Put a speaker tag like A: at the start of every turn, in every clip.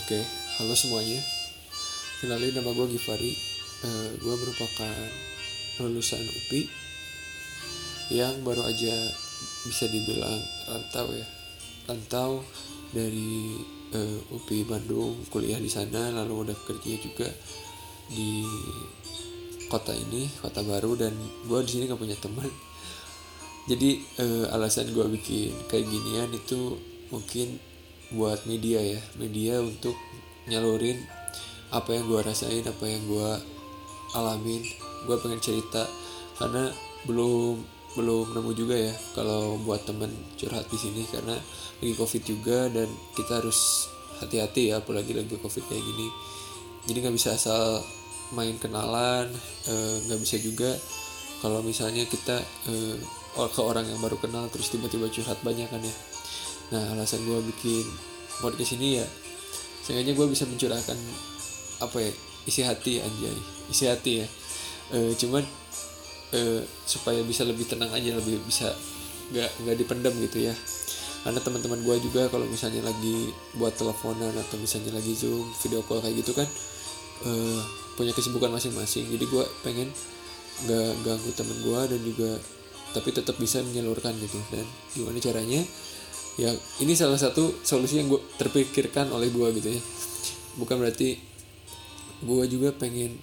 A: Oke, halo semuanya. Kenalin, nama gue Givari. Gue merupakan lulusan UPI yang baru aja bisa dibilang rantau ya. Rantau dari UPI Bandung, kuliah di sana, lalu udah kerja juga di kota ini, kota baru, dan gue di sini gak punya teman. Jadi alasan gue bikin kayak ginian itu mungkin buat media untuk nyalurin apa yang gue rasain, apa yang gue alamin. Gue pengen cerita karena belum nemu juga ya kalau buat temen curhat di sini, karena lagi covid juga dan kita harus hati-hati ya, apalagi lagi covid kayak gini. Jadi nggak bisa asal main kenalan, nggak bisa juga kalau misalnya kita ke orang yang baru kenal terus tiba-tiba curhat banyak kan ya. Nah, alasan gue bikin podcast ini ya seenggaknya gue bisa mencurahkan apa ya, isi hati ya. Cuman supaya bisa lebih tenang aja, lebih bisa nggak dipendam gitu ya. Karena teman-teman gue juga kalau misalnya lagi buat teleponan atau misalnya lagi zoom video call kayak gitu kan, punya kesibukan masing-masing. Jadi gue pengen nggak ganggu temen gue dan juga tapi tetap bisa menyalurkan gitu. Dan gimana caranya ya, ini salah satu solusi yang gue terpikirkan oleh gue gitu ya. Bukan berarti gue juga pengen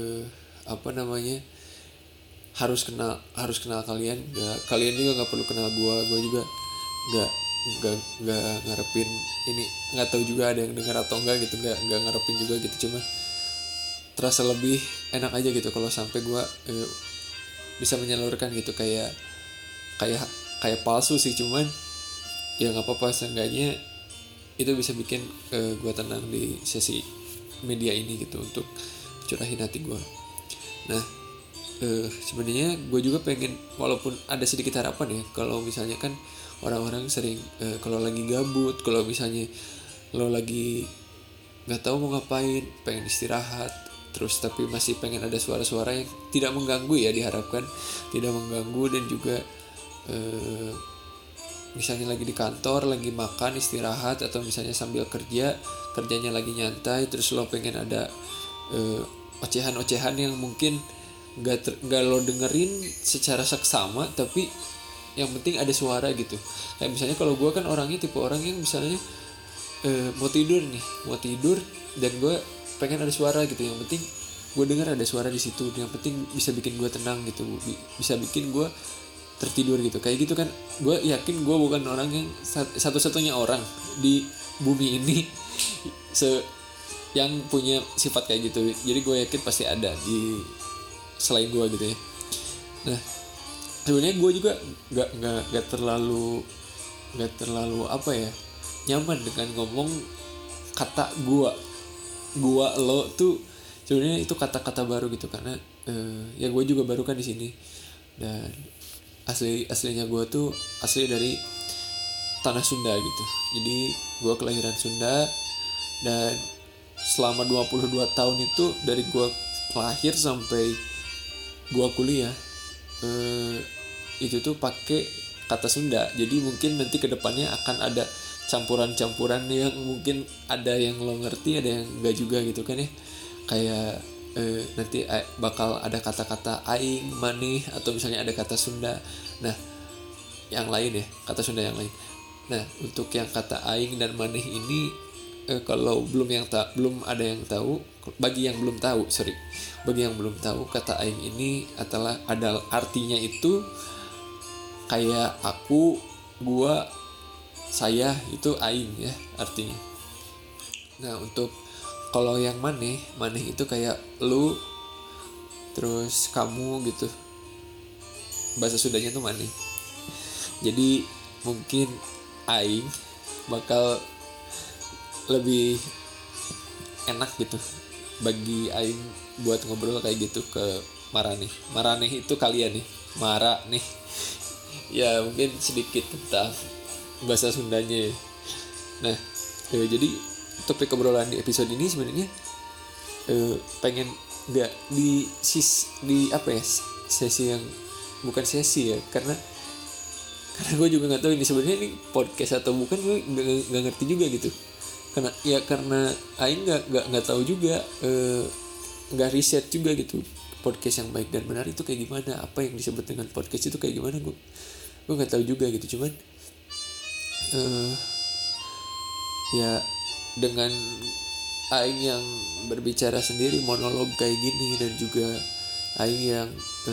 A: harus kenal kalian. Kalian juga nggak perlu kenal gue juga nggak ngarepin ini, nggak tahu juga ada yang dengar atau enggak gitu, nggak ngarepin juga gitu. Cuma terasa lebih enak aja gitu kalau sampai gue bisa menyalurkan gitu, kayak palsu sih, cuman ya nggak apa-apa, seenggaknya itu bisa bikin gue tenang di sesi media ini gitu untuk curahin hati gue. Nah, sebenarnya gue juga pengen, walaupun ada sedikit harapan ya, kalau misalnya kan orang-orang sering kalau lagi gabut, kalau misalnya lo lagi nggak tahu mau ngapain, pengen istirahat terus tapi masih pengen ada suara-suara yang tidak mengganggu ya, diharapkan tidak mengganggu. Dan juga misalnya lagi di kantor, lagi makan istirahat, atau misalnya sambil kerjanya lagi nyantai, terus lo pengen ada ocehan-ocehan yang mungkin nggak lo dengerin secara seksama, tapi yang penting ada suara gitu. Kayak misalnya kalau gue kan orangnya tipe orang yang misalnya mau tidur dan gue pengen ada suara gitu, yang penting gue dengar ada suara di situ, yang penting bisa bikin gue tenang gitu, bisa bikin gue tertidur gitu. Kayak gitu kan, gue yakin gue bukan orang yang satu-satunya orang di bumi ini yang punya sifat kayak gitu. Jadi gue yakin pasti ada di selain gue gitu ya. Nah, sebenarnya gue juga nggak terlalu apa ya, nyaman dengan ngomong kata gue lo tuh. Sebenarnya itu kata-kata baru gitu, karena ya gue juga baru kan di sini, dan aslinya gue tuh asli dari tanah Sunda gitu. Jadi gue kelahiran Sunda, dan selama 22 tahun itu dari gue lahir sampai gue kuliah itu tuh pakai kata Sunda. Jadi mungkin nanti kedepannya akan ada campuran-campuran yang mungkin ada yang lo ngerti, ada yang enggak juga gitu kan ya. Kayak nanti bakal ada kata-kata aing, maneh, atau misalnya ada kata Sunda. Nah, yang lain ya, kata Sunda yang lain. Nah, untuk yang kata aing dan maneh ini kalau belum ada yang tahu, bagi yang belum tahu, kata aing ini adalah artinya itu kayak aku, gua, saya, itu aing ya artinya. Nah, untuk kalau yang maneh itu kayak lu, terus kamu gitu. Bahasa Sundanya tuh maneh. Jadi mungkin aing bakal lebih enak gitu bagi aing buat ngobrol kayak gitu ke Maraneh itu kalian nih, Mara nih. Ya mungkin sedikit tentang bahasa Sundanya ya. Nah, jadi topik obrolan di episode ini sebenarnya pengen nggak di apa ya, sesi yang bukan sesi ya, karena gue juga nggak tahu ini sebenarnya ini podcast atau bukan, gue nggak ngerti juga gitu. karena Aing nggak tahu juga, nggak riset juga gitu podcast yang baik dan benar itu kayak gimana, apa yang disebut dengan podcast itu kayak gimana, gue nggak tahu juga gitu. Cuman ya dengan Aing yang berbicara sendiri monolog kayak gini, dan juga Aing yang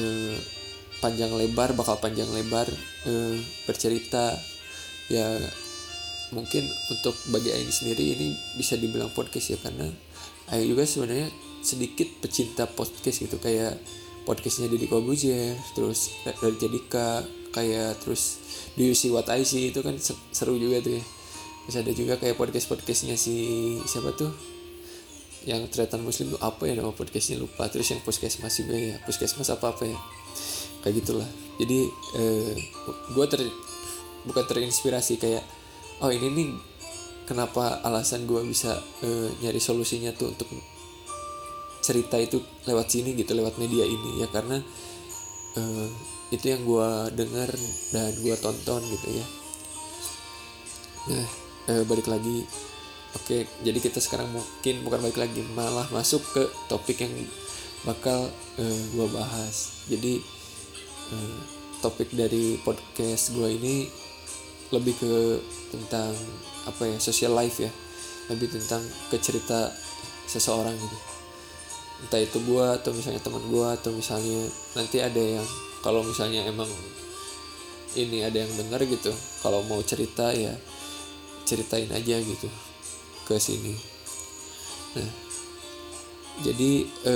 A: bakal panjang lebar bercerita, ya mungkin untuk bagi Aing sendiri ini bisa dibilang podcast ya, karena Aing juga sebenarnya sedikit pecinta podcast gitu, kayak podcastnya Deddy Corbuzier, terus dari Jadika, kayak terus Do You See What I See, itu kan seru juga tuh ya. Terus ada juga kayak podcastnya si siapa tuh yang Tretan Muslim tuh, apa ya nama podcastnya lupa. Terus yang Puskesmas juga ya, Puskesmas apa ya, kayak gitulah. Jadi gue bukan terinspirasi kayak oh ini nih kenapa alasan gue bisa nyari solusinya tuh untuk cerita itu lewat sini gitu, lewat media ini ya, karena itu yang gue dengar dan gue tonton gitu ya. Nah balik lagi, oke, jadi kita sekarang mungkin bukan balik lagi, malah masuk ke topik yang bakal gue bahas. Jadi topik dari podcast gue ini lebih ke tentang apa ya, social life ya, lebih tentang ke cerita seseorang gitu, entah itu gue atau misalnya teman gue, atau misalnya nanti ada yang kalau misalnya emang ini ada yang dengar gitu, kalau mau cerita ya ceritain aja gitu ke sini. Nah jadi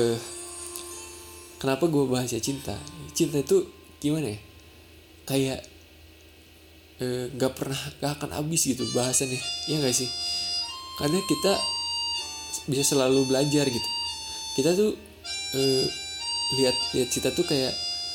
A: kenapa gue bahas ya cinta itu gimana ya, kayak gak akan habis gitu bahasannya, ya gak sih? Karena kita bisa selalu belajar gitu. Kita tuh lihat cinta tuh kayak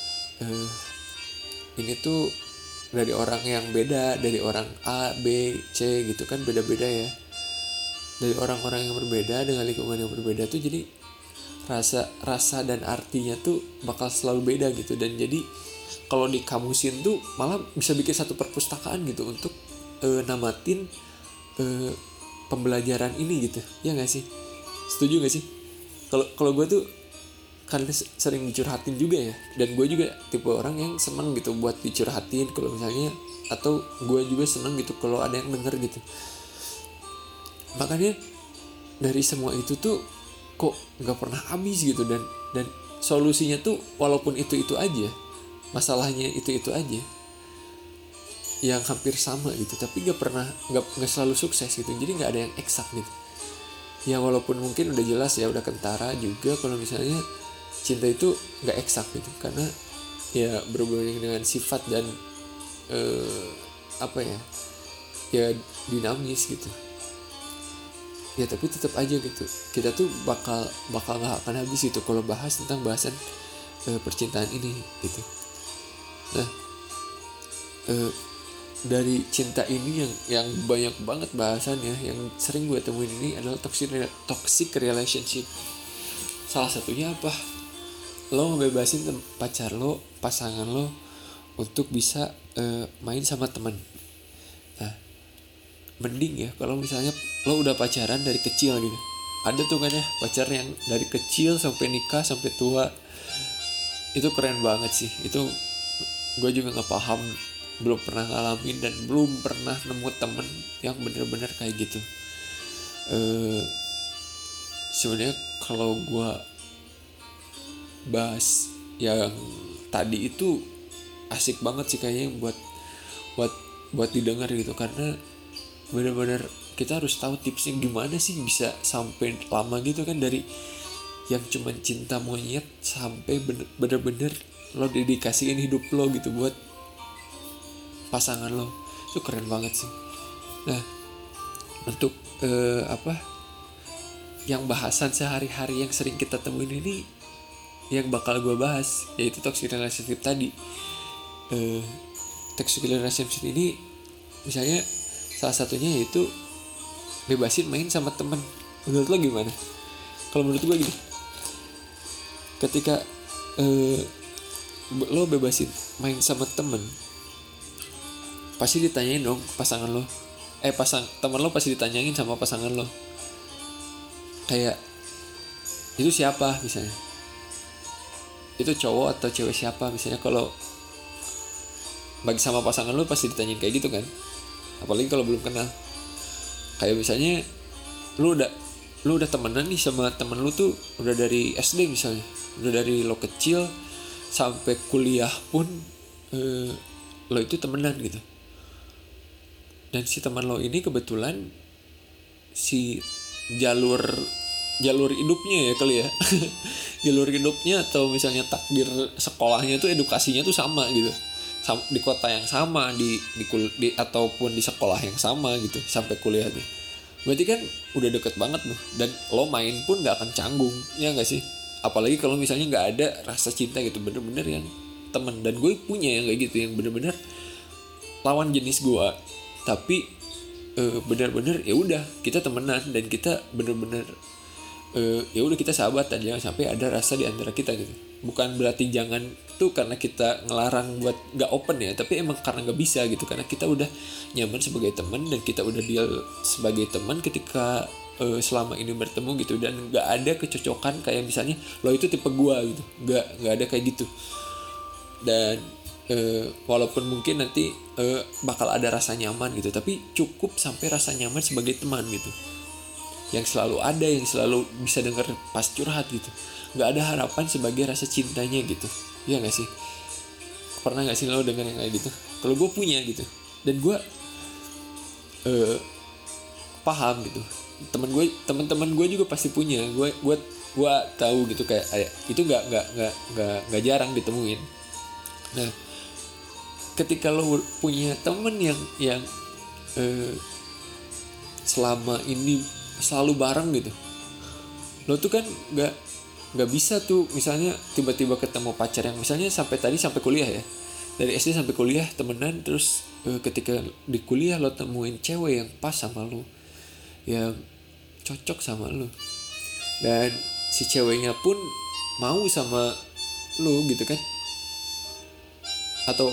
A: ini tuh dari orang yang beda, dari orang A, B, C gitu kan, beda-beda ya. Dari orang-orang yang berbeda dengan lingkungan yang berbeda tuh, jadi rasa dan artinya tuh bakal selalu beda gitu. Dan jadi kalau dikamusin tuh malah bisa bikin satu perpustakaan gitu untuk namatin pembelajaran ini gitu, ya nggak sih? Setuju nggak sih? Kalau gue tuh karena sering dicurhatin juga ya, dan gue juga tipe orang yang seneng gitu buat dicurhatin kalau misalnya, atau gue juga seneng gitu kalau ada yang denger gitu. Makanya dari semua itu tuh kok nggak pernah habis gitu, dan solusinya tuh walaupun itu aja, masalahnya itu aja yang hampir sama gitu, tapi nggak selalu sukses gitu. Jadi nggak ada yang eksak gitu ya, walaupun mungkin udah jelas ya, udah kentara juga kalau misalnya cinta itu nggak eksak gitu, karena ya berhubungan dengan sifat dan apa ya dinamis gitu ya. Tapi tetap aja gitu, kita tuh bakal nggak akan habis gitu kalau bahas tentang bahasan percintaan ini gitu. Nah dari cinta ini yang banyak banget bahasannya, yang sering gue temuin ini adalah toxic relationship. Salah satunya apa? Lo ngebebasin pacar lo, pasangan lo untuk bisa main sama teman. Nah mending ya kalau misalnya lo udah pacaran dari kecil gitu. Ada tuh kan ya pacar yang dari kecil sampai nikah sampai tua, itu keren banget sih. Itu gue juga nggak paham, belum pernah ngalamin dan belum pernah nemu temen yang bener-bener kayak gitu. Sebenarnya kalau gue bahas yang tadi itu asik banget sih kayaknya buat didengar gitu, karena bener-bener kita harus tahu tipsnya gimana sih bisa sampai lama gitu kan, dari yang cuman cinta monyet sampai bener-bener lo dedikasiin hidup lo gitu buat pasangan lo. Itu keren banget sih. Nah untuk yang bahasan sehari-hari yang sering kita temuin ini, yang bakal gue bahas yaitu toxic relationship tadi. Toxic relationship ini misalnya salah satunya yaitu bebasin main sama temen. Menurut lo gimana? Kalau menurut gue gini, ketika lo bebasin main sama temen, pasti ditanyain dong pasangan lo, teman lo pasti ditanyain sama pasangan lo kayak itu siapa misalnya, itu cowok atau cewek siapa misalnya. Kalau bagi sama pasangan lo pasti ditanyain kayak gitu kan, apalagi kalau belum kenal. Kayak misalnya lu udah temenan nih sama temen lu tuh udah dari SD misalnya, udah dari lo kecil sampai kuliah pun lo itu temenan gitu. Dan si teman lo ini kebetulan si jalur hidupnya ya kali ya jalur hidupnya atau misalnya takdir sekolahnya tuh edukasinya tuh sama gitu, di kota yang sama, di ataupun di sekolah yang sama gitu sampai kuliah tuh. Berarti kan udah deket banget loh, dan lo main pun gak akan canggung, ya gak sih? Apalagi kalau misalnya gak ada rasa cinta gitu, bener-bener yang temen. Dan gue punya yang kayak gitu, yang bener-bener lawan jenis gue, tapi bener-bener ya udah kita temenan dan kita bener-bener ya udah kita sahabatan, jangan sampai ada rasa di antara kita gitu. Bukan berarti jangan tuh karena kita ngelarang buat gak open ya, tapi emang karena gak bisa gitu, karena kita udah nyaman sebagai teman dan kita udah deal sebagai teman ketika selama ini bertemu gitu. Dan gak ada kecocokan kayak misalnya lo itu tipe gua gitu, gak ada kayak gitu. Dan walaupun mungkin nanti bakal ada rasa nyaman gitu, tapi cukup sampai rasa nyaman sebagai teman gitu, yang selalu ada, yang selalu bisa denger pas curhat gitu. Gak ada harapan sebagai rasa cintanya gitu, iya gak sih? Pernah gak sih lo denger yang kayak gitu? Kalau gue punya gitu, dan gue paham gitu. Teman-teman gue juga pasti punya. Gue tahu gitu, kayak itu gak jarang ditemuin. Nah, ketika lo punya temen yang selama ini selalu bareng gitu, lo tuh kan nggak bisa tuh misalnya tiba-tiba ketemu pacar yang misalnya sampai kuliah ya, dari SD sampai kuliah temenan, terus ketika di kuliah lo temuin cewek yang pas sama lo, yang cocok sama lo, dan si ceweknya pun mau sama lo gitu kan, atau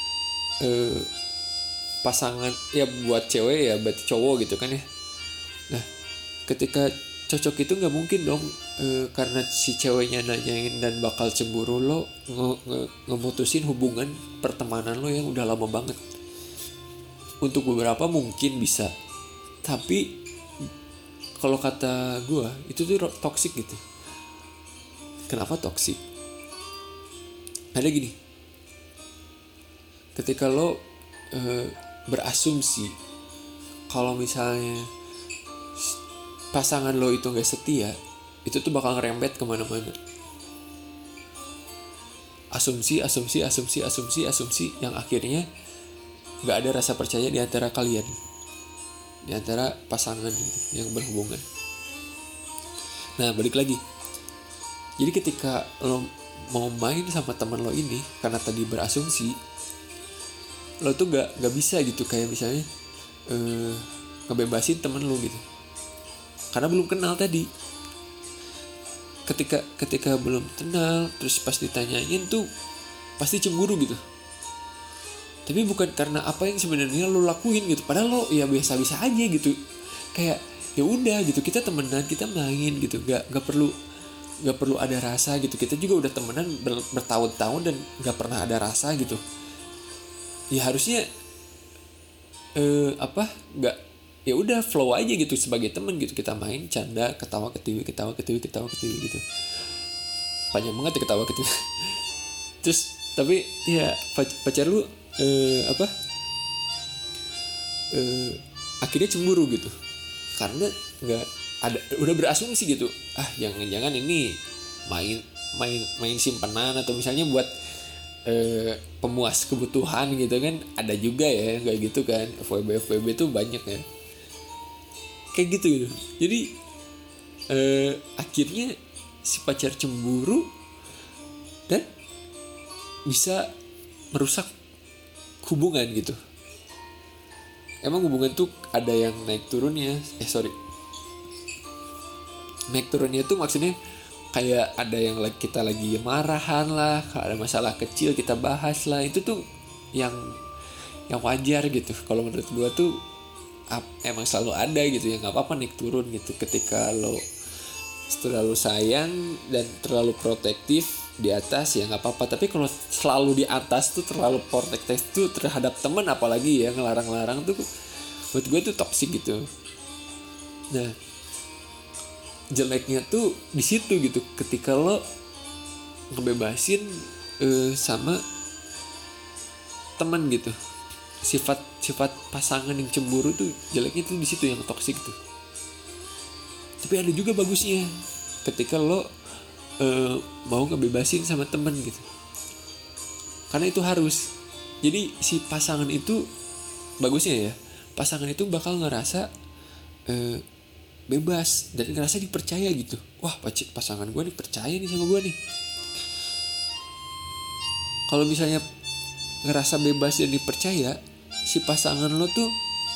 A: pasangan ya, buat cewek ya berarti cowok gitu kan ya. Nah, ketika cocok itu nggak mungkin dong karena si ceweknya nanyain dan bakal cemburu lo ngemutusin hubungan pertemanan lo yang udah lama banget. Untuk beberapa mungkin bisa, tapi kalau kata gue itu tuh toxic gitu. Kenapa toxic? Ada gini, ketika lo berasumsi kalau misalnya pasangan lo itu gak setia, itu tuh bakal ngerembet kemana-mana. Asumsi yang akhirnya gak ada rasa percaya di antara kalian, di antara pasangan gitu, yang berhubungan. Nah, balik lagi, jadi ketika lo mau main sama teman lo ini karena tadi berasumsi, lo tuh gak bisa gitu, kayak misalnya ngebebasin teman lo gitu, karena belum kenal tadi. Ketika belum kenal, terus pas ditanyain tuh pasti cemburu gitu. Tapi bukan karena apa yang sebenarnya lo lakuin gitu, padahal lo ya biasa-biasa aja gitu. Kayak ya udah gitu, kita temenan, kita main gitu, gak perlu ada rasa gitu. Kita juga udah temenan bertahun-tahun dan gak pernah ada rasa gitu. Ya harusnya gak, ya udah flow aja gitu sebagai temen gitu, kita main canda, ketawa ketiwi gitu. Panjang banget ya ketawa ketiwi. Terus tapi ya pacar lu akhirnya cemburu gitu karena nggak ada, udah berasumsi gitu, jangan ini main simpenan atau misalnya buat pemuas kebutuhan gitu kan. Ada juga ya kayak gitu kan, FWB tuh banyak ya kayak gitu. Jadi akhirnya si pacar cemburu dan bisa merusak hubungan gitu. Emang hubungan tuh ada yang naik turunnya. Naik turunnya tuh maksudnya kayak ada yang kita lagi marahan lah, ada masalah kecil kita bahas lah, itu tuh yang wajar gitu. Kalau menurut gua tuh emang selalu ada gitu ya, nggak apa-apa naik turun gitu. Ketika lo terlalu sayang dan terlalu protektif di atas ya nggak apa-apa, tapi kalau selalu di atas tuh terlalu protektif tuh terhadap teman, apalagi ya ngelarang-larang tuh buat gue tuh toksik gitu. Nah jeleknya tuh di situ gitu, ketika lo ngebebasin sama teman gitu. Sifat pasangan yang cemburu tuh jeleknya tuh di situ, yang toksik tuh. Tapi ada juga bagusnya ketika lo mau ngebebasin sama temen gitu, karena itu harus. Jadi si pasangan itu bagusnya ya, pasangan itu bakal ngerasa bebas dan ngerasa dipercaya gitu. Wah pasangan gue nih percaya nih sama gue nih. Kalau misalnya ngerasa bebas dan dipercaya, si pasangan lo tuh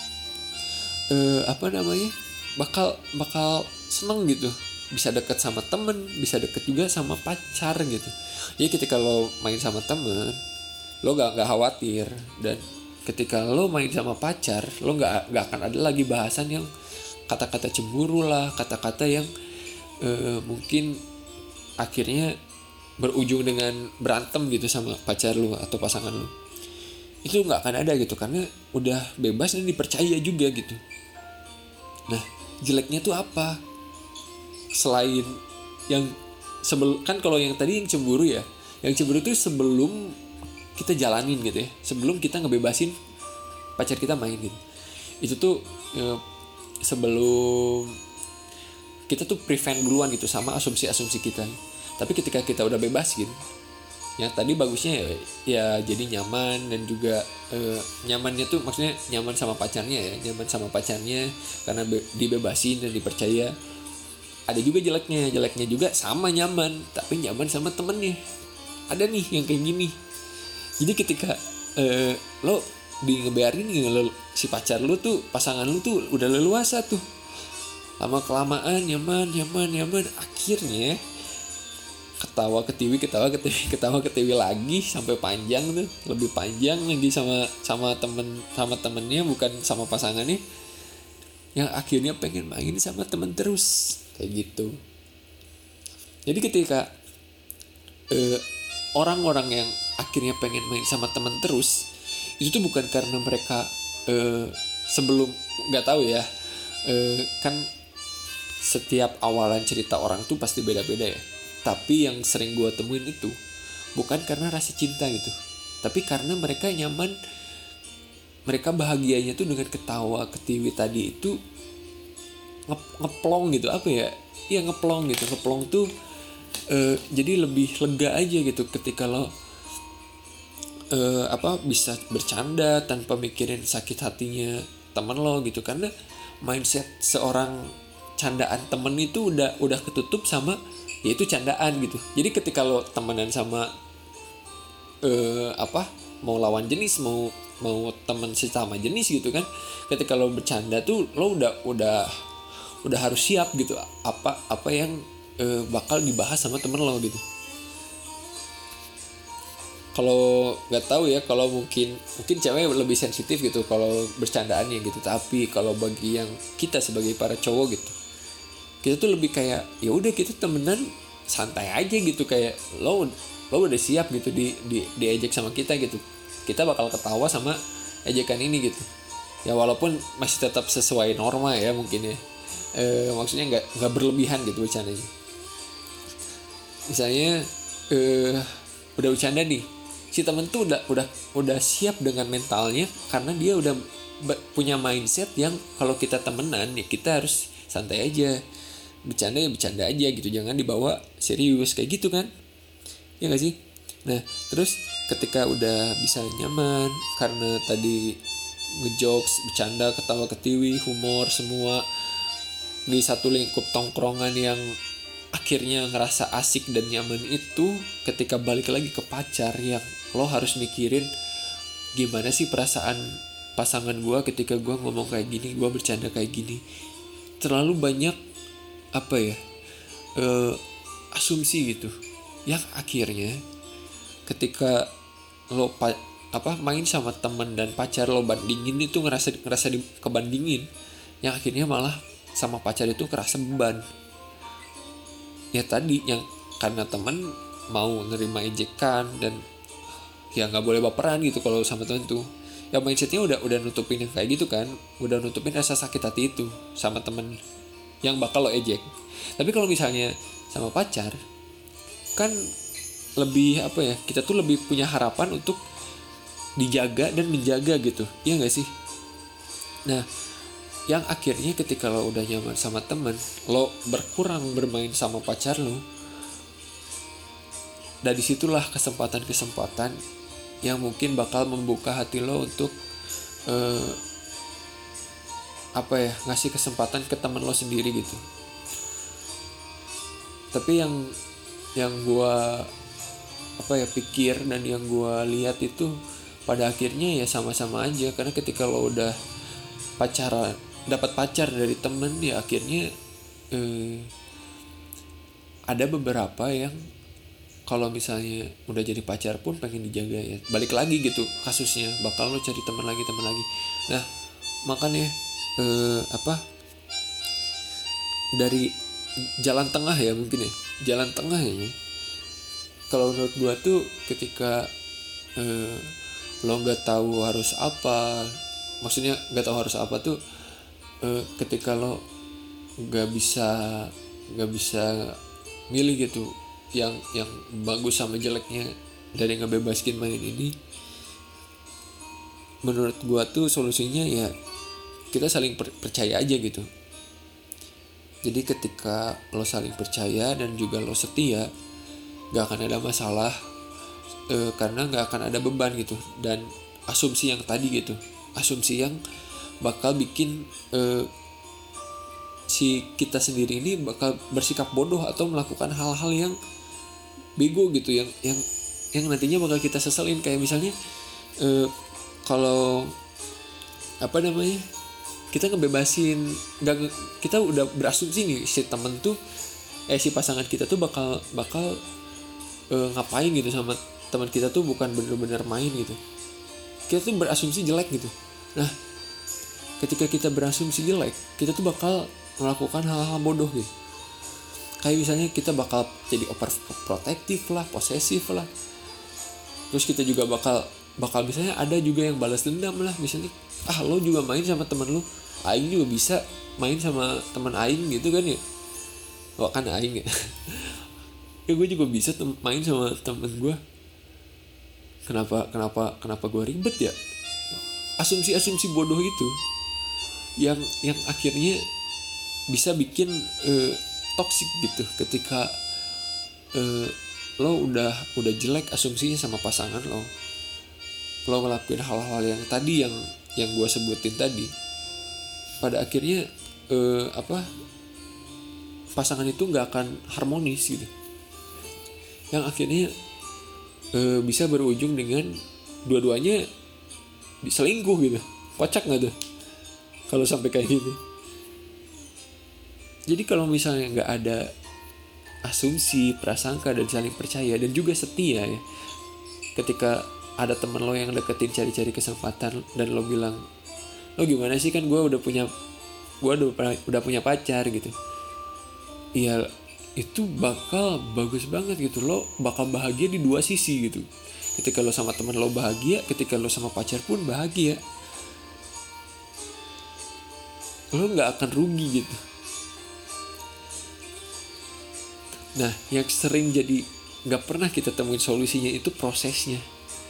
A: bakal seneng gitu, bisa deket sama temen, bisa deket juga sama pacar gitu. Jadi ketika lo main sama temen, lo gak khawatir. Dan ketika lo main sama pacar, lo gak akan ada lagi bahasan yang kata-kata cemburu lah, kata-kata yang mungkin akhirnya berujung dengan berantem gitu sama pacar lo atau pasangan lo. Itu gak akan ada gitu, karena udah bebas dan dipercaya juga gitu. Nah jeleknya tuh apa? Selain yang kan kalau yang tadi yang cemburu ya, yang cemburu tuh sebelum kita jalanin gitu ya, sebelum kita ngebebasin pacar kita main gitu. Itu tuh sebelum kita tuh prevent duluan gitu sama asumsi-asumsi kita. Tapi ketika kita udah bebas gitu, yang tadi bagusnya ya jadi nyaman. Dan juga nyamannya tuh maksudnya nyaman sama pacarnya ya, nyaman sama pacarnya karena dibebasin dan dipercaya. Ada juga jeleknya juga sama nyaman, tapi nyaman sama temennya. Ada nih yang kayak gini. Jadi ketika lo ngebiarin si pacar lo tuh, pasangan lo tuh udah leluasa tuh, lama kelamaan nyaman, akhirnya ketawa ketiwi lagi sampai panjang tuh, lebih panjang lagi sama temennya, bukan sama pasangannya, yang akhirnya pengen main sama temen terus kayak gitu. Jadi ketika orang-orang yang akhirnya pengen main sama temen terus, itu tuh bukan karena mereka sebelum, nggak tahu ya, kan setiap awalan cerita orang tuh pasti beda-beda ya. Tapi yang sering gue temuin itu bukan karena rasa cinta gitu, tapi karena mereka nyaman, mereka bahagianya tuh dengan ketawa ketiwi tadi itu ngeplong gitu, apa ya, iya ngeplong gitu. Ngeplong tuh jadi lebih lega aja gitu ketika lo bisa bercanda tanpa mikirin sakit hatinya teman lo gitu. Karena mindset seorang candaan temen itu udah ketutup sama yaitu candaan gitu. Jadi ketika lo temenan sama mau lawan jenis, mau teman sesama jenis gitu kan, ketika lo bercanda tuh lo udah harus siap gitu apa yang bakal dibahas sama temen lo gitu. Kalau nggak tahu ya, kalau mungkin cewek lebih sensitif gitu kalau bercandaannya gitu. Tapi kalau bagi yang kita sebagai para cowok gitu, kita tuh lebih kayak ya udah kita temenan santai aja gitu, kayak lo udah siap gitu diejek sama kita gitu, kita bakal ketawa sama ejekan ini gitu ya, walaupun masih tetap sesuai norma ya mungkin ya, maksudnya nggak berlebihan gitu bercandanya. Misalnya udah bercanda nih, si temen tuh udah siap dengan mentalnya, karena dia udah punya mindset yang kalau kita temenan ya kita harus santai aja, bercanda ya bercanda aja gitu, jangan dibawa serius kayak gitu kan, ya nggak sih? Nah terus ketika udah bisa nyaman karena tadi ngejokes, bercanda, ketawa ketiwi, humor semua di satu lingkup tongkrongan yang akhirnya ngerasa asik dan nyaman, itu ketika balik lagi ke pacar yang lo harus mikirin gimana sih perasaan pasangan gue ketika gue ngomong kayak gini, gue bercanda kayak gini. Terlalu banyak asumsi gitu, yang akhirnya ketika lo main sama temen dan pacar lo bandingin itu ngerasa kebandingin, yang akhirnya malah sama pacar itu kerasa beban. Ya tadi yang karena temen mau nerima ejekan dan ya nggak boleh baperan gitu kalau sama temen tuh. Ya mindsetnya udah nutupin yang kayak gitu kan, udah nutupin rasa sakit hati itu sama temen yang bakal lo ejek. Tapi kalau misalnya sama pacar kan lebih kita tuh lebih punya harapan untuk dijaga dan menjaga gitu, iya nggak sih? Nah, yang akhirnya ketika lo udah nyaman sama temen, lo berkurang bermain sama pacar lo, dan disitulah kesempatan-kesempatan yang mungkin bakal membuka hati lo untuk ngasih kesempatan ke teman lo sendiri gitu. Tapi yang gue pikir dan yang gue lihat itu pada akhirnya ya sama-sama aja, karena ketika lo udah dapat pacar dari temen, ya akhirnya ada beberapa yang kalau misalnya udah jadi pacar pun pengen dijaga ya. Balik lagi gitu kasusnya, bakal lo cari teman lagi. Nah, makanya dari jalan tengah ya mungkin ya. Jalan tengah ya. Kalau menurut gua tuh ketika lo nggak tahu harus apa, maksudnya nggak tahu harus apa tuh ketika lo nggak bisa milih gitu yang bagus sama jeleknya dari ngebebaskin main ini. Menurut gua tuh solusinya ya kita saling percaya aja gitu. Jadi ketika lo saling percaya dan juga lo setia, gak akan ada masalah, karena gak akan ada beban gitu. Dan asumsi yang tadi gitu, asumsi yang bakal bikin si kita sendiri ini bakal bersikap bodoh atau melakukan hal-hal yang bego gitu, yang nantinya bakal kita seselin. Kayak misalnya kalau kita ngebebasin, kita udah berasumsi nih si temen tuh si pasangan kita tuh bakal ngapain gitu sama teman kita tuh, bukan bener-bener main gitu. Kita tuh berasumsi jelek gitu. Nah, ketika kita berasumsi jelek, kita tuh bakal melakukan hal-hal bodoh gitu. Kayak misalnya kita bakal jadi overprotective lah, posesif lah. Terus kita juga bakal misalnya ada juga yang balas dendam lah. Misalnya, lo juga main sama temen lu, aing juga bisa main sama teman aing gitu kan ya. Wah kan aing ya. Ya gue juga bisa main sama temen gue. Kenapa gue ribet ya? Asumsi bodoh itu yang akhirnya bisa bikin toksik gitu. Ketika lo udah jelek asumsinya sama pasangan lo ngelakuin hal-hal yang tadi yang gue sebutin tadi, pada akhirnya pasangan itu nggak akan harmonis gitu, yang akhirnya bisa berujung dengan dua-duanya selingkuh gitu. Kocak nggak tuh kalau sampai kayak gitu? Jadi kalau misalnya nggak ada asumsi, prasangka, dan saling percaya dan juga setia ya, ketika ada teman lo yang deketin cari-cari kesempatan dan lo bilang, lo gimana sih, kan gue udah punya pacar gitu. Iya, itu bakal bagus banget gitu. Lo bakal bahagia di dua sisi gitu. Ketika lo sama teman lo bahagia, ketika lo sama pacar pun bahagia. Lo nggak akan rugi gitu. Nah, yang sering jadi nggak pernah kita temuin solusinya itu prosesnya.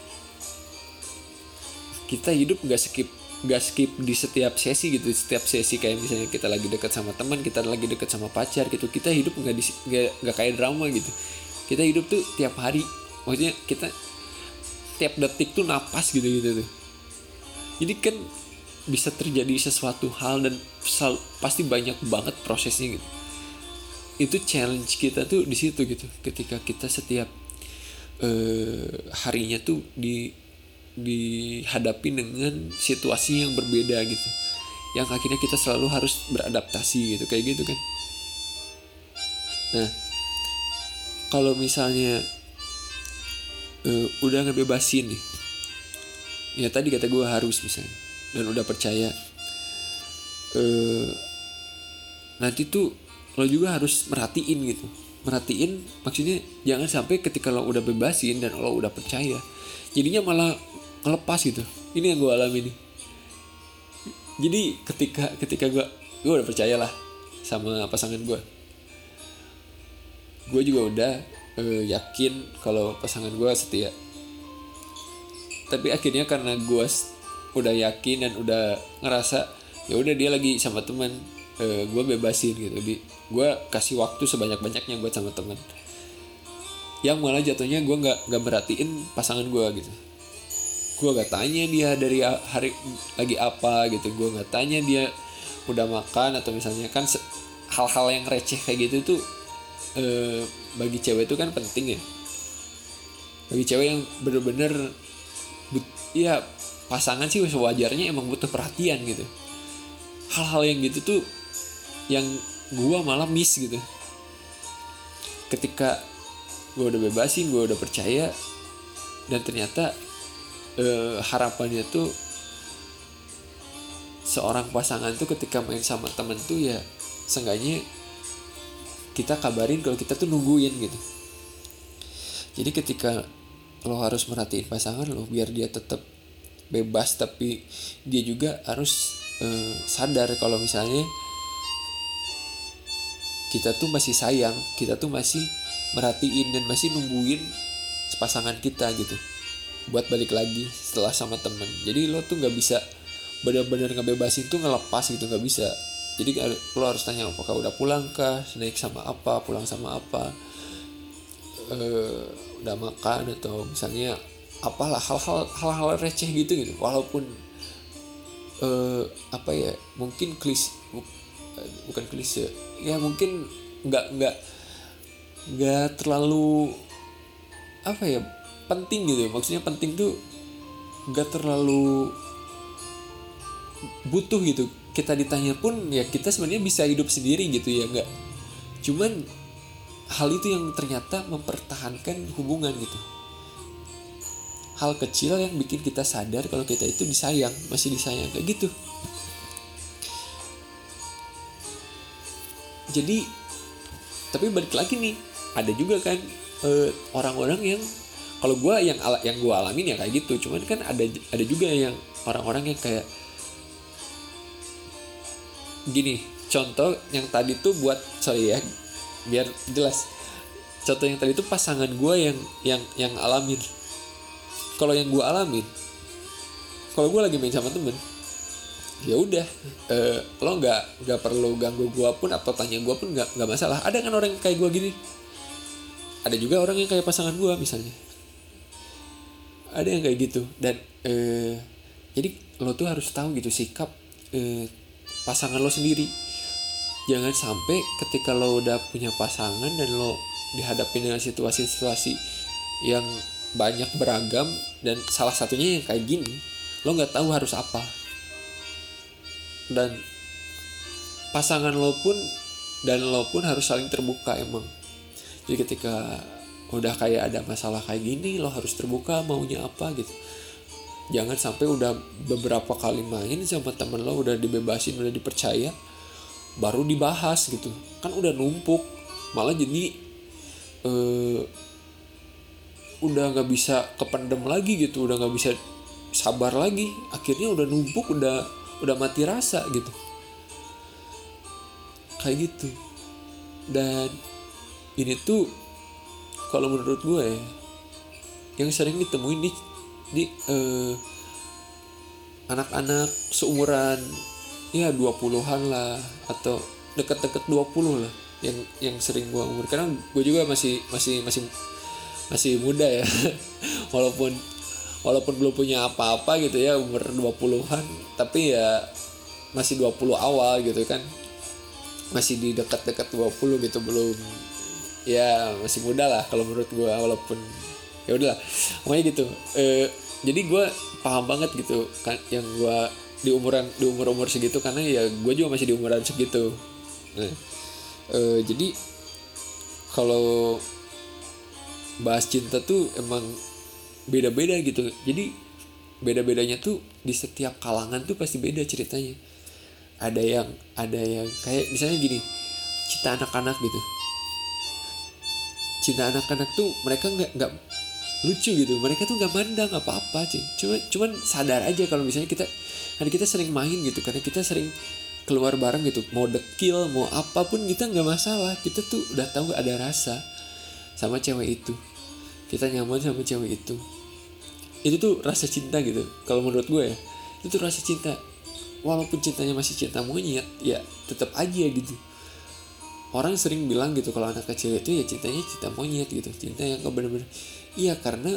A: Kita hidup nggak skip di setiap sesi gitu. Setiap sesi kayak misalnya kita lagi dekat sama teman, kita lagi dekat sama pacar gitu, kita hidup nggak kayak drama gitu. Kita hidup tuh tiap hari, maksudnya kita tiap detik tuh napas gitu tuh. Jadi kan bisa terjadi sesuatu hal dan pasti banyak banget prosesnya gitu. Itu challenge kita tuh di situ gitu. Ketika kita setiap harinya tuh dihadapi dengan situasi yang berbeda gitu, yang akhirnya kita selalu harus beradaptasi gitu, kayak gitu kan. Nah, kalau misalnya udah ngebebasin nih, ya tadi kata gue harus misalnya, dan udah percaya, nanti tuh lo juga harus merhatiin gitu. Merhatiin maksudnya jangan sampai ketika lo udah bebasin dan lo udah percaya, jadinya malah ngelepas gitu. Ini yang gue alami nih. Jadi ketika gue udah percaya lah sama pasangan gue juga udah yakin kalau pasangan gue setia. Tapi akhirnya karena gue udah yakin dan udah ngerasa ya udah dia lagi sama teman, gue bebasin gitu. Gue kasih waktu sebanyak-banyaknya buat sama teman. Yang malah jatuhnya gue nggak merhatiin pasangan gue gitu. Gue gak tanya dia dari hari lagi apa gitu. Gue gak tanya dia udah makan, atau misalnya kan hal-hal yang receh kayak gitu tuh bagi cewek itu kan penting ya. Bagi cewek yang bener-bener ya pasangan sih sewajarnya emang butuh perhatian gitu. Hal-hal yang gitu tuh yang gue malah miss gitu. Ketika gue udah bebasin, gue udah percaya, dan ternyata harapannya tuh seorang pasangan tuh ketika main sama temen tuh ya seenggaknya kita kabarin kalau kita tuh nungguin gitu. Jadi ketika lo harus merhatiin pasangan lo biar dia tetap bebas, tapi dia juga harus sadar kalau misalnya kita tuh masih sayang, kita tuh masih merhatiin dan masih nungguin pasangan kita gitu buat balik lagi setelah sama temen. Jadi lo tuh nggak bisa benar-benar ngebebasin tuh ngelepas gitu, nggak bisa. Jadi lo harus tanya apakah udah pulang kah, naik sama apa, pulang sama apa, udah makan, atau misalnya apalah hal-hal receh gitu. Walaupun apa ya, mungkin bukan klise ya, mungkin nggak terlalu apa ya, penting gitu. Maksudnya penting tuh nggak terlalu butuh gitu. Kita ditanya pun ya kita sebenarnya bisa hidup sendiri gitu ya, nggak. Cuman hal itu yang ternyata mempertahankan hubungan gitu. Hal kecil yang bikin kita sadar kalau kita itu disayang, masih disayang kayak gitu. Jadi tapi balik lagi nih, ada juga kan orang-orang yang kalau gue yang gue alamin ya kayak gitu. Cuman kan ada juga yang orang-orang yang kayak gini. Contoh yang tadi tuh sorry ya biar jelas. Contoh yang tadi tuh pasangan gue yang alamin. Kalau yang gue alamin, kalau gue lagi main sama temen, ya udah, lo nggak perlu ganggu gue pun atau tanya gue pun nggak masalah. Ada kan orang kayak gue gini. Ada juga orang yang kayak pasangan gue misalnya. Ada yang kayak gitu. Dan jadi lo tuh harus tahu gitu sikap pasangan lo sendiri. Jangan sampai ketika lo udah punya pasangan dan lo dihadapin dengan situasi-situasi yang banyak beragam, dan salah satunya yang kayak gini, lo nggak tahu harus apa. Dan pasangan lo pun harus saling terbuka emang. Jadi ketika udah kayak ada masalah kayak gini, lo harus terbuka maunya apa gitu. Jangan sampai udah beberapa kali main sama temen lo, udah dibebasin, udah dipercaya, baru dibahas gitu. Kan udah numpuk, malah jadi udah gak bisa kependem lagi gitu, udah gak bisa sabar lagi. Akhirnya udah numpuk, udah mati rasa gitu. Kayak gitu. Dan ini tuh kalau menurut gue ya, yang sering ditemuin di anak-anak seumuran ya 20-an lah, atau deket-deket 20 lah, yang sering gue umur. Karena gue juga masih muda ya. walaupun belum punya apa-apa gitu ya, umur 20-an, tapi ya masih 20 awal gitu kan. Masih di dekat-dekat 20 gitu, belum, ya masih muda lah kalau menurut gue. Walaupun ya udahlah, pokoknya gitu. Jadi gue paham banget gitu kan yang gue di umur segitu, karena ya gue juga masih di umuran segitu. Nah, jadi kalau bahas cinta tuh emang beda-beda gitu. Jadi beda-bedanya tuh di setiap kalangan tuh pasti beda ceritanya. Ada yang kayak misalnya gini, cinta anak-anak gitu. Cinta anak-anak tuh mereka nggak lucu gitu, mereka tuh nggak mandang apa-apa sih, cuman sadar aja kalau misalnya karena kita sering main gitu, karena kita sering keluar bareng gitu, mau dekil mau apapun kita nggak masalah, kita tuh udah tahu ada rasa sama cewek itu, kita nyaman sama cewek itu tuh rasa cinta gitu. Kalau menurut gue ya, itu tuh rasa cinta, walaupun cintanya masih cinta monyet ya tetap aja gitu. Orang sering bilang gitu kalau anak kecil itu ya cintanya cinta monyet gitu, cinta yang benar-benar iya, karena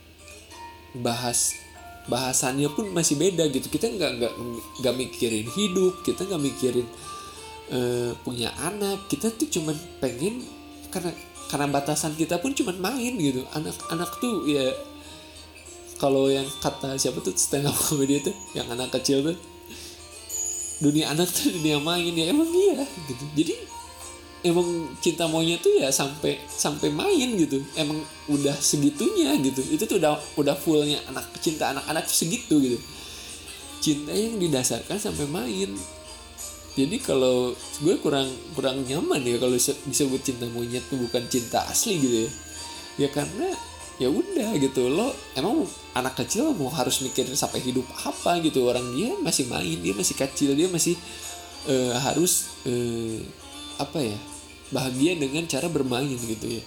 A: bahasannya pun masih beda gitu. Kita nggak mikirin hidup, kita nggak mikirin punya anak, kita tuh cuman pengen karena batasan kita pun cuman main gitu. Anak tuh ya, kalau yang kata siapa tuh stand up comedy tuh, yang anak kecil tuh, dunia anak tuh dunia main, ya emang iya gitu. Jadi emang cinta monyet tuh ya sampai main gitu, emang udah segitunya gitu. Itu tuh udah fullnya cinta anak-anak segitu gitu, cinta yang didasarkan sampai main. Jadi kalau gue kurang nyaman ya kalau disebut cinta monyet tuh bukan cinta asli gitu ya karena ya udah gitu, lo emang anak kecil mau harus mikirin sampai hidup apa gitu, orang dia masih main, dia masih kecil, dia masih harus apa ya, bahagia dengan cara bermain gitu ya.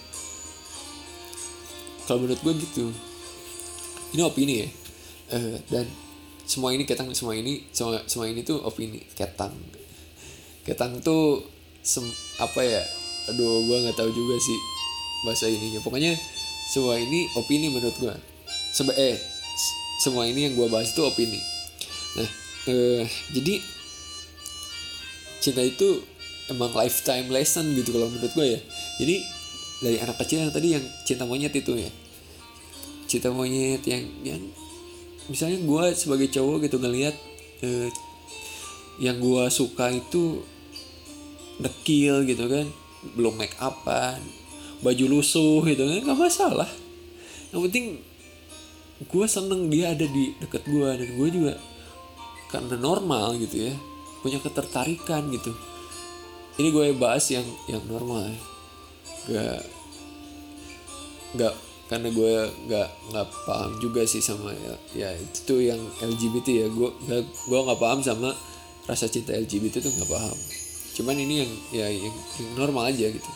A: Kalau menurut gue gitu, ini opini ya, dan semua ini tuh opini. Ketang tuh apa ya, aduh gue nggak tahu juga sih bahasa ininya, pokoknya semua ini opini menurut gue. Semua ini yang gue bahas itu opini. Nah jadi cinta itu emang lifetime lesson gitu kalau menurut gue ya. Jadi dari anak kecil yang tadi yang cinta monyet itu ya, cinta monyet yang misalnya gue sebagai cowok gitu ngelihat yang gue suka itu dekil gitu kan, belum make upan, baju lusuh gitu kan, nggak masalah. Yang penting gue seneng dia ada di deket gue, dan gue juga karena normal gitu ya punya ketertarikan gitu. Ini gue bahas yang normal ya. Gak karena gue nggak paham juga sih sama ya itu tuh yang LGBT ya, gue nggak paham sama rasa cinta LGBT tuh nggak paham. Cuman ini yang normal aja gitu.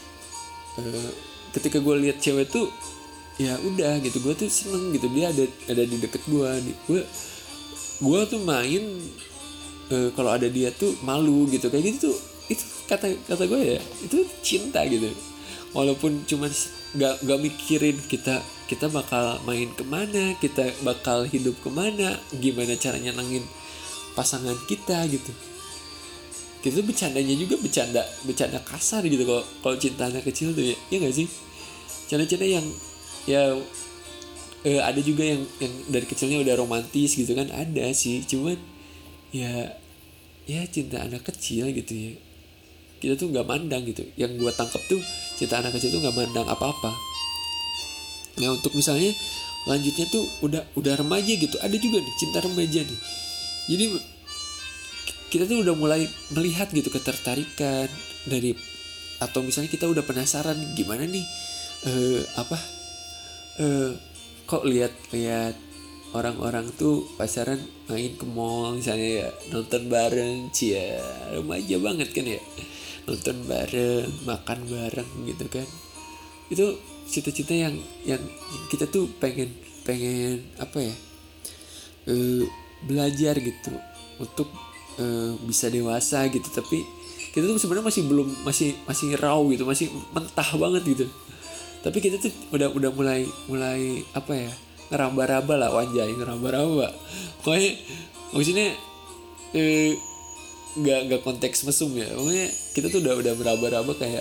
A: Ketika gue lihat cewek tuh ya udah gitu, gue tuh seneng gitu dia ada di deket gue. Gue tuh main kalau ada dia tuh malu gitu, kayak gitu tuh. Itu kata gue ya, itu cinta gitu. Walaupun cuma gak mikirin kita bakal main kemana, kita bakal hidup kemana, gimana caranya nyenengin pasangan kita gitu. Kita bercandanya juga bercanda kasar gitu kalau cinta anak kecil tuh ya nggak sih? Canda-canda yang ya ada juga yang dari kecilnya udah romantis gitu kan, ada sih. Cuman ya cinta anak kecil gitu ya, kita tuh nggak mandang gitu. Yang gue tangkap tuh cinta anak kecil tuh nggak mandang apa-apa. Nah untuk misalnya lanjutnya tuh udah remaja gitu, ada juga nih cinta remaja nih. Jadi kita tuh udah mulai melihat gitu ketertarikan dari, atau misalnya kita udah penasaran gimana nih kok lihat orang-orang tuh pacaran main ke mall misalnya ya, nonton bareng, cia remaja banget kan ya, nonton bareng, makan bareng gitu kan. Itu cita-cita yang kita tuh pengen apa ya, belajar gitu untuk bisa dewasa gitu. Tapi kita tuh sebenarnya masih raw gitu, masih mentah banget gitu. Tapi kita tuh udah mulai apa ya, ngeraba-raba lah, wanjay ngeraba-raba. Pokoknya maksudnya nggak konteks mesum ya. Pokoknya kita tuh udah meraba-raba kayak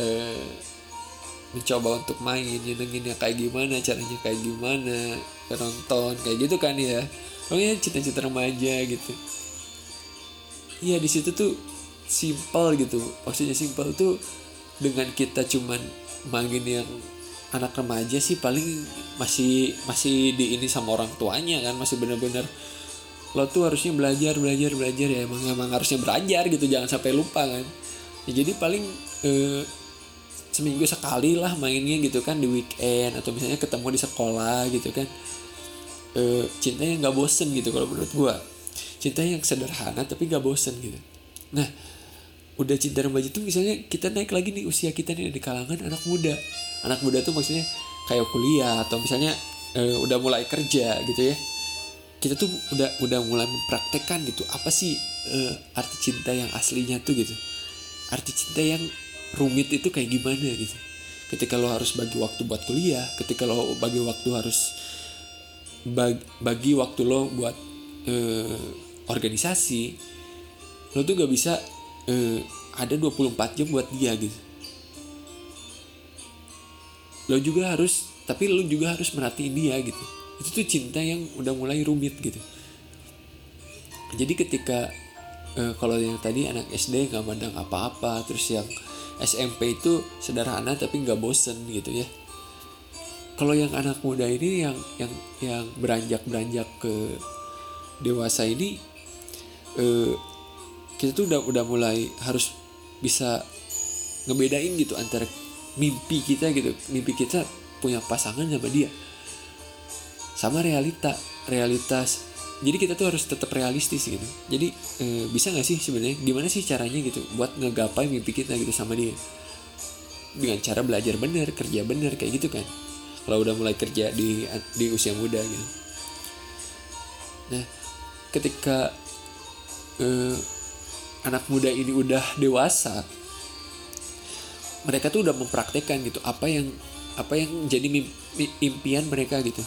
A: mencoba untuk main, nyenenginnya kayak gimana, caranya kayak gimana, nonton kayak gitu kan ya. Pokoknya cita-cita remaja gitu. Iya di situ tuh simple gitu. Maksudnya simple tuh dengan kita cuman main yang anak remaja sih paling masih di ini sama orang tuanya kan, masih bener-bener lo tuh harusnya belajar ya, emang harusnya belajar gitu, jangan sampai lupa kan. Ya, jadi paling seminggu sekali lah mainnya gitu kan, di weekend atau misalnya ketemu di sekolah gitu kan. Cinta yang nggak bosen gitu kalau menurut gue, cinta yang sederhana tapi nggak bosen gitu. Nah, udah cinta remaja tuh misalnya kita naik lagi nih usia kita nih di kalangan anak muda tuh maksudnya kayak kuliah atau misalnya udah mulai kerja gitu ya. Kita tuh udah mulai mempraktekkan gitu apa sih arti cinta yang aslinya tuh gitu, arti cinta yang rumit itu kayak gimana gitu. Ketika lo harus bagi waktu buat kuliah, ketika lo bagi waktu lo buat organisasi, lo tuh gak bisa ada 24 jam buat dia gitu. Lo juga harus merhatiin dia gitu. Itu tuh cinta yang udah mulai rumit gitu. Jadi ketika kalau yang tadi anak SD gak mandang apa-apa, terus yang SMP itu sederhana tapi gak bosen gitu ya. Kalau yang anak muda ini yang beranjak ke dewasa ini, kita tuh udah mulai harus bisa ngebedain gitu antara mimpi kita punya pasangan sama dia, sama realitas. Jadi kita tuh harus tetap realistis gitu. Jadi bisa nggak sih sebenarnya, gimana sih caranya gitu buat ngegapai mimpi kita gitu sama dia, dengan cara belajar bener, kerja bener kayak gitu kan. Kalau udah mulai kerja di usia muda gitu. Nah, ketika anak muda ini udah dewasa, mereka tuh udah mempraktekkan gitu apa yang jadi impian mereka gitu.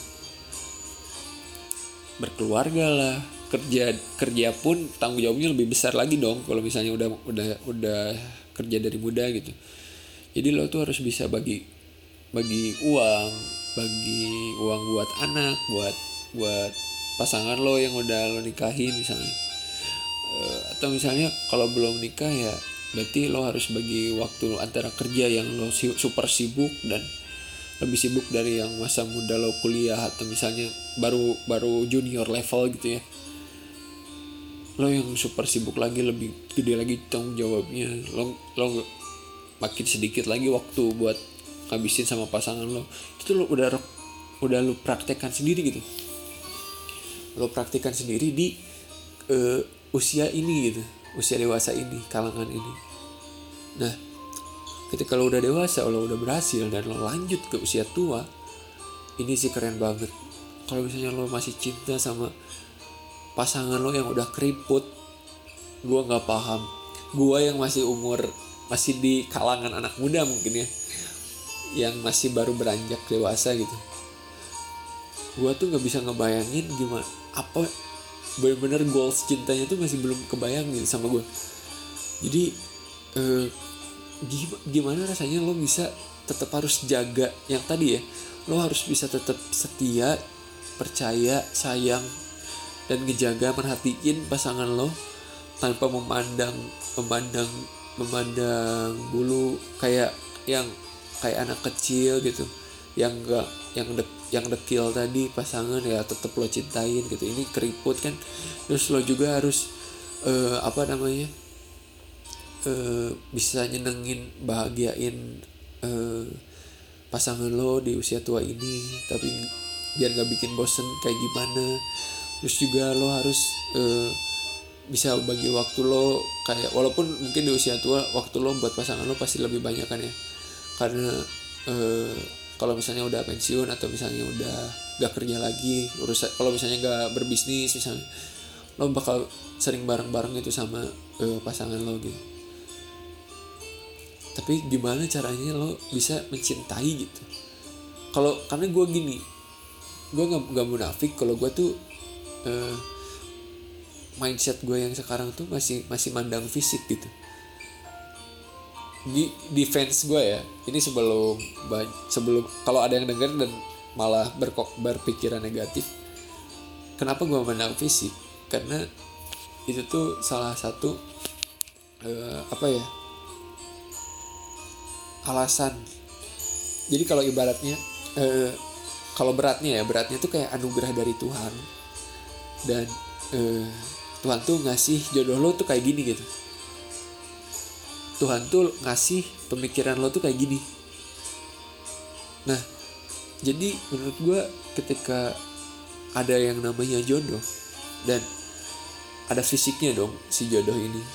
A: Berkeluarga lah, kerja pun tanggung jawabnya lebih besar lagi dong kalau misalnya udah kerja dari muda gitu. Jadi lo tuh harus bisa bagi uang buat anak, buat pasangan lo yang udah lo nikahin misalnya. Atau misalnya kalau belum nikah ya berarti lo harus bagi waktu antara kerja yang lo super sibuk dan lebih sibuk dari yang masa muda lo kuliah, atau misalnya baru junior level gitu ya. Lo yang super sibuk lagi, lebih gede lagi tanggung jawabnya. Lo makin sedikit lagi waktu buat ngabisin sama pasangan lo. Itu lo udah lo praktekkan sendiri gitu. Lo praktekkan sendiri di usia ini gitu, usia dewasa ini, kalangan ini. Nah, ketika lo udah dewasa, lo udah berhasil dan lo lanjut ke usia tua, ini sih keren banget. Kalau misalnya lo masih cinta sama pasangan lo yang udah keriput, gue nggak paham. Gue yang masih di kalangan anak muda mungkin ya, yang masih baru beranjak dewasa gitu, gue tuh nggak bisa ngebayangin gimana, apa bener-bener goals cintanya tuh masih belum kebayang gitu sama gue. Jadi gimana rasanya lo bisa tetap harus jaga yang tadi ya, lo harus bisa tetap setia, percaya, sayang, dan ngejaga, merhatiin pasangan lo tanpa memandang bulu kayak anak kecil gitu, yang dekil tadi pasangan ya tetap lo cintain gitu. Ini keriput kan, terus lo juga harus bisa nyenengin, bahagiain pasangan lo di usia tua ini, tapi biar gak bikin bosen kayak gimana. Terus juga lo harus bisa bagi waktu lo, kayak walaupun mungkin di usia tua waktu lo buat pasangan lo pasti lebih banyak kan ya, karena kalau misalnya udah pensiun atau misalnya udah gak kerja lagi, kalau misalnya gak berbisnis misalnya, lo bakal sering bareng-bareng gitu sama pasangan lo gitu. Tapi gimana caranya lo bisa mencintai gitu? Karena gue gini, gue nggak munafik kalau gue tuh mindset gue yang sekarang tuh masih mandang fisik gitu. Di defense gue ya, ini sebelum kalau ada yang denger dan malah berpikiran negatif, kenapa gue mandang fisik? Karena itu tuh salah satu alasan. Jadi kalau ibaratnya kalau beratnya tuh kayak anugerah dari Tuhan. Dan Tuhan tuh ngasih jodoh lo tuh kayak gini gitu. Tuhan tuh ngasih pemikiran lo tuh kayak gini. Nah, jadi menurut gue ketika ada yang namanya jodoh dan ada fisiknya dong si jodoh ini.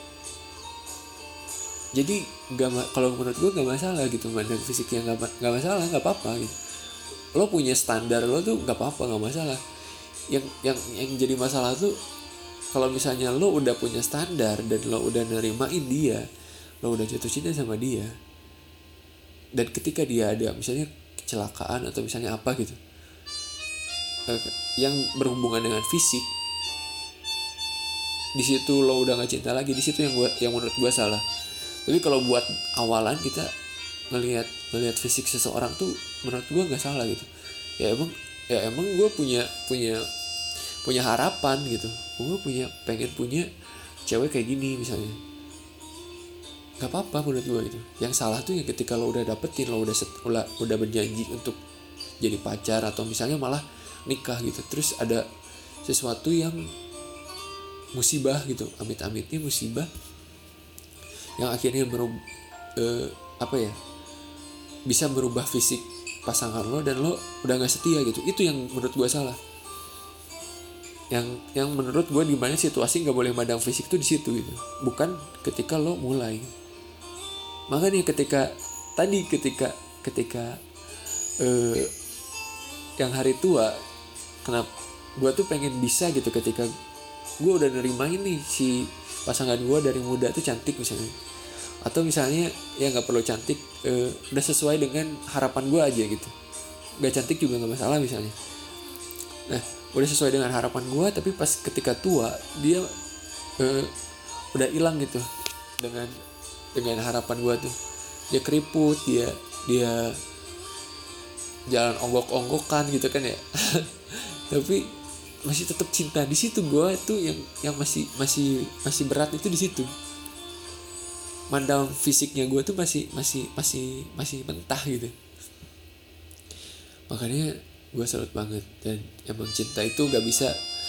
A: Jadi kalau menurut gue nggak masalah gitu, mandang fisiknya nggak masalah, nggak apa-apa gitu. Lo punya standar lo tuh nggak apa-apa, nggak masalah. Yang jadi masalah tuh kalau misalnya lo udah punya standar dan lo udah nerimain dia, lo udah jatuh cinta sama dia, dan ketika dia ada misalnya kecelakaan atau misalnya apa gitu yang berhubungan dengan fisik, di situ lo udah nggak cinta lagi. Di situ yang menurut gue salah. Tapi kalau buat awalan kita ngelihat fisik seseorang tuh menurut gue nggak salah gitu. Ya emang gue punya harapan gitu. Gue pengen punya cewek kayak gini misalnya. Gak apa-apa menurut gue gitu. Yang salah tuh ya ketika lo udah dapetin, lo udah berjanji untuk jadi pacar atau misalnya malah nikah gitu. Terus ada sesuatu yang musibah gitu, amit-amitnya musibah yang akhirnya bisa merubah fisik pasangan lo dan lo udah nggak setia gitu. Itu yang menurut gue salah. Yang menurut gue di mana situasi nggak boleh mandang fisik tuh di situ gitu, bukan ketika lo mulai. Makanya ketika yang hari tua, kenapa gue tuh pengen bisa gitu ketika gue udah nerimain nih si pasangan gue dari muda tuh cantik misalnya, atau misalnya ya nggak perlu cantik, udah sesuai dengan harapan gue aja gitu, nggak cantik juga nggak masalah misalnya. Nah udah sesuai dengan harapan gue, tapi pas ketika tua dia udah hilang gitu dengan harapan gue tuh. Dia keriput, dia jalan onggok-onggokan gitu kan ya. Tapi masih tetap cinta. Di situ gue tuh yang masih berat itu di situ. Mandang fisiknya gue tuh masih mentah gitu. Makanya gue salut banget, dan emang cinta itu gak bisa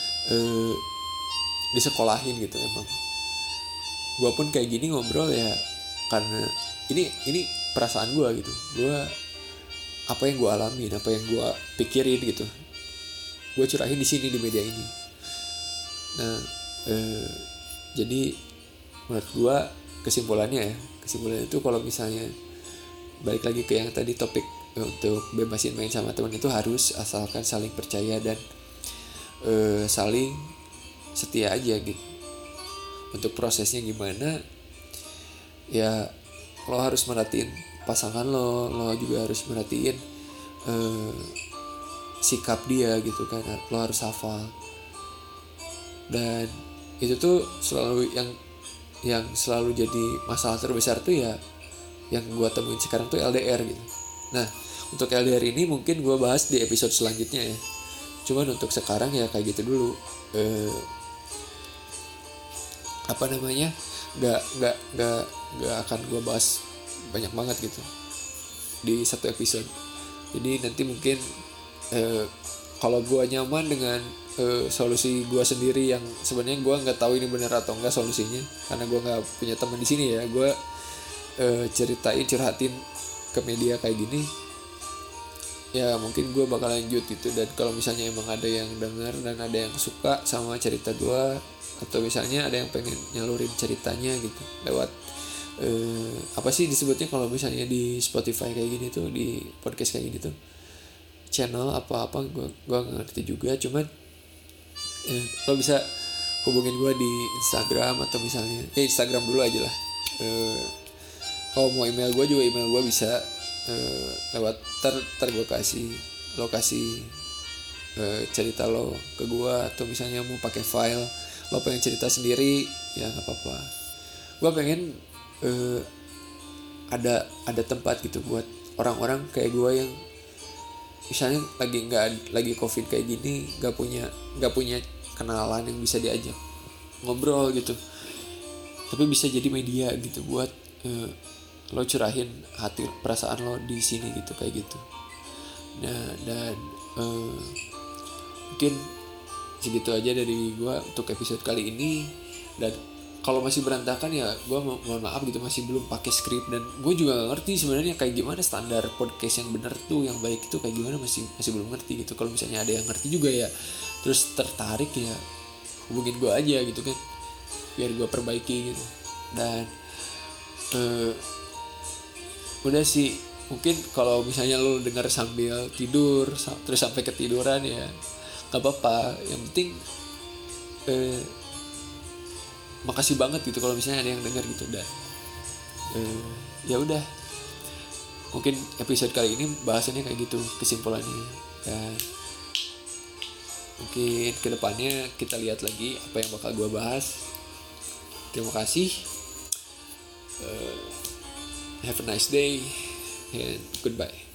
A: disekolahin gitu. Emang gue pun kayak gini ngobrol ya karena ini perasaan gue gitu. Gue apa yang gue alamin, apa yang gue pikirin gitu, gue curahin di sini di media ini. Nah jadi menurut gue kesimpulannya itu kalau misalnya balik lagi ke yang tadi topik untuk bebasin main sama teman itu harus asalkan saling percaya dan saling setia aja gitu. Untuk prosesnya gimana ya, lo harus merhatiin pasangan lo juga harus merhatiin sikap dia gitu kan, lo harus hafal. Dan itu tuh selalu yang selalu jadi masalah terbesar tuh ya yang gue temuin sekarang tuh LDR gitu. Nah untuk LDR ini mungkin gue bahas di episode selanjutnya ya. Cuman untuk sekarang ya kayak gitu dulu. Gak akan gue bahas banyak banget gitu di satu episode. Jadi nanti mungkin kalau gue nyaman dengan solusi gue sendiri yang sebenarnya gue nggak tahu ini benar atau enggak solusinya, karena gue nggak punya teman di sini ya, gue curhatin ke media kayak gini ya, mungkin gue bakal lanjut gitu. Dan kalau misalnya emang ada yang dengar dan ada yang suka sama cerita gue, atau misalnya ada yang pengen nyalurin ceritanya gitu lewat apa sih disebutnya kalau misalnya di Spotify kayak gini tuh, di podcast kayak gini tuh, channel apa-apa gue gak ngerti juga. Cuman lo bisa hubungin gue di Instagram, atau misalnya Instagram dulu aja lah. Kalau mau email gue juga, email gue bisa lewat ter gue kasih lokasi cerita lo ke gue, atau misalnya mau pakai file, lo pengen cerita sendiri ya nggak apa-apa. Gue pengen ada tempat gitu buat orang-orang kayak gue yang misalnya lagi covid kayak gini, nggak punya kenalan yang bisa diajak ngobrol gitu, tapi bisa jadi media gitu buat lo curahin hati perasaan lo di sini gitu, kayak gitu. Nah, dan mungkin segitu aja dari gue untuk episode kali ini. Dan kalau masih berantakan ya gue mohon maaf gitu, masih belum pakai skrip, dan gue juga gak ngerti sebenarnya kayak gimana standar podcast yang bener tuh, yang baik itu kayak gimana, masih belum ngerti gitu. Kalau misalnya ada yang ngerti juga ya, terus tertarik ya hubungin gue aja gitu kan, biar gue perbaiki gitu. Dan udah sih, mungkin kalau misalnya lo dengar sambil tidur terus sampai ketiduran ya gak apa-apa, yang penting makasih banget gitu kalau misalnya ada yang dengar gitu. Dan ya udah, mungkin episode kali ini bahasannya kayak gitu kesimpulannya. Dan mungkin kedepannya kita lihat lagi apa yang bakal gue bahas. Terima kasih, have a nice day and goodbye.